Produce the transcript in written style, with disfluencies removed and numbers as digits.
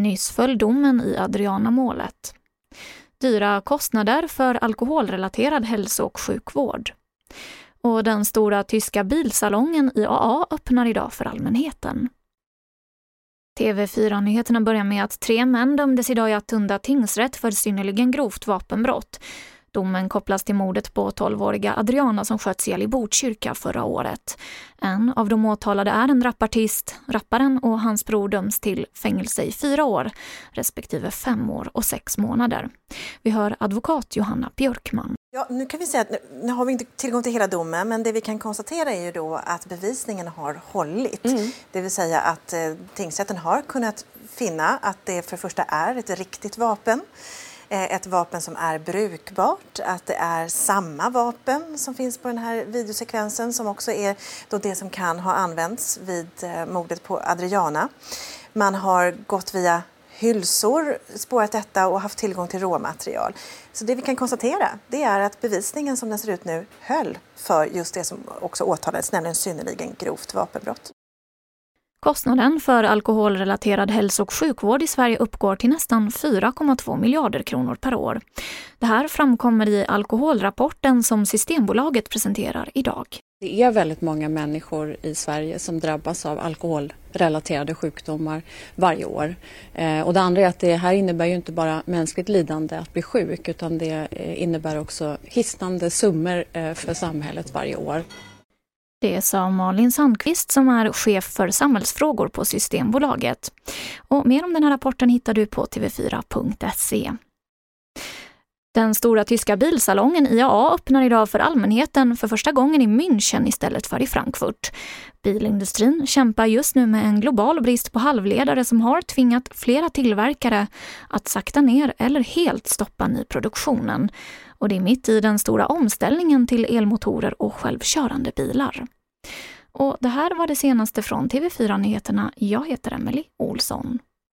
Nyss föll domen i Adriana-målet. Dyra kostnader för alkoholrelaterad hälso- och sjukvård. Och den stora tyska bilsalongen IAA öppnar idag för allmänheten. TV4-nyheterna börjar med att 3 män dömdes idag i Attunda tingsrätt för synnerligen grovt vapenbrott. Domen kopplas till mordet på 12-åriga Adriana som sköts ihjäl i Botkyrka förra året. En av de åtalade är en rapartist. Rapparen och hans bror döms till fängelse i 4 år, respektive 5 år och 6 månader. Vi hör advokat Johanna Björkman. Ja, nu kan vi säga att nu har vi inte tillgång till hela domen, men det vi kan konstatera är ju då att bevisningen har hållit. Det vill säga att tingsrätten har kunnat finna att det för första är ett riktigt vapen. Ett vapen som är brukbart, att det är samma vapen som finns på den här videosekvensen som också är då det som kan ha använts vid mordet på Adriana. Man har gått via hylsor, spårat detta och haft tillgång till råmaterial. Så det vi kan konstatera, det är att bevisningen som den ser ut nu höll för just det som också åtalades, nämligen synnerligen grovt vapenbrott. Kostnaden för alkoholrelaterad hälso- och sjukvård i Sverige uppgår till nästan 4,2 miljarder kronor per år. Det här framkommer i alkoholrapporten som Systembolaget presenterar idag. Det är väldigt många människor i Sverige som drabbas av alkoholrelaterade sjukdomar varje år. Och det andra är att det här innebär ju inte bara mänskligt lidande att bli sjuk, utan det innebär också hisnande summor för samhället varje år. Det sa Malin Sandqvist som är chef för samhällsfrågor på Systembolaget. Och mer om den här rapporten hittar du på tv4.se. Den stora tyska bilsalongen IAA öppnar idag för allmänheten för första gången i München istället för i Frankfurt. Bilindustrin kämpar just nu med en global brist på halvledare som har tvingat flera tillverkare att sakta ner eller helt stoppa nyproduktionen. Och det är mitt i den stora omställningen till elmotorer och självkörande bilar. Och det här var det senaste från TV4-nyheterna. Jag heter Emily Olsson.